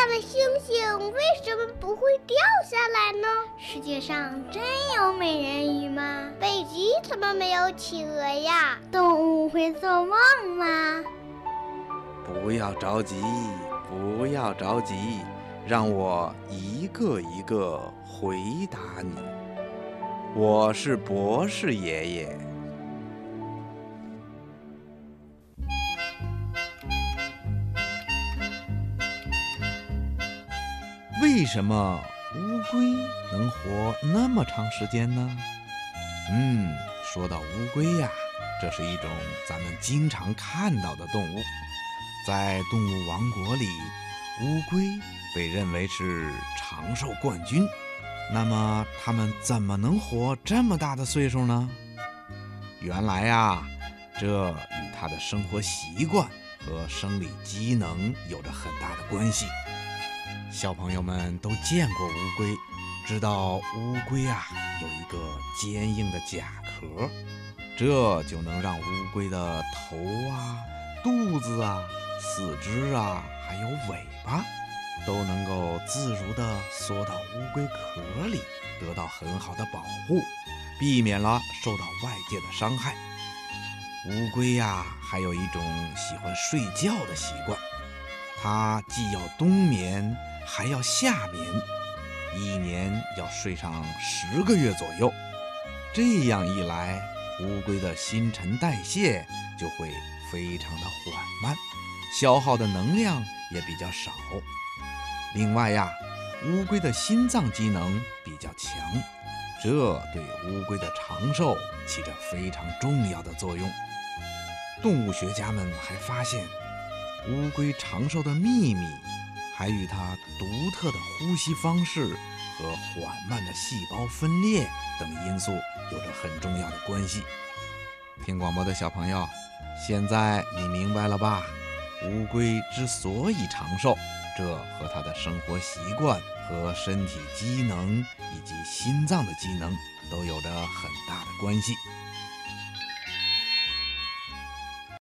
的星星为什么不会掉下来呢？世界上真有美人鱼吗？北极怎么没有企鹅呀？动物会做梦吗？ 不要着急，不要着急，让我一个一个回答你。我是博士爷爷。为什么乌龟能活那么长时间呢？说到乌龟呀，这是一种咱们经常看到的动物。在动物王国里，乌龟被认为是长寿冠军。那么它们怎么能活这么大的岁数呢？原来呀，这与它的生活习惯和生理机能有着很大的关系。小朋友们都见过乌龟，知道乌龟有一个坚硬的甲壳，这就能让乌龟的头肚子四肢还有尾巴都能够自如地缩到乌龟壳里，得到很好的保护，避免了受到外界的伤害。乌龟还有一种喜欢睡觉的习惯，它既要冬眠还要夏眠，一年要睡上10个月左右。这样一来，乌龟的新陈代谢就会非常的缓慢，消耗的能量也比较少。另外乌龟的心脏机能比较强，这对乌龟的长寿起着非常重要的作用。动物学家们还发现，乌龟长寿的秘密还与它独特的呼吸方式和缓慢的细胞分裂等因素有着很重要的关系。听广播的小朋友，现在你明白了吧？乌龟之所以长寿，这和它的生活习惯和身体机能以及心脏的机能都有着很大的关系。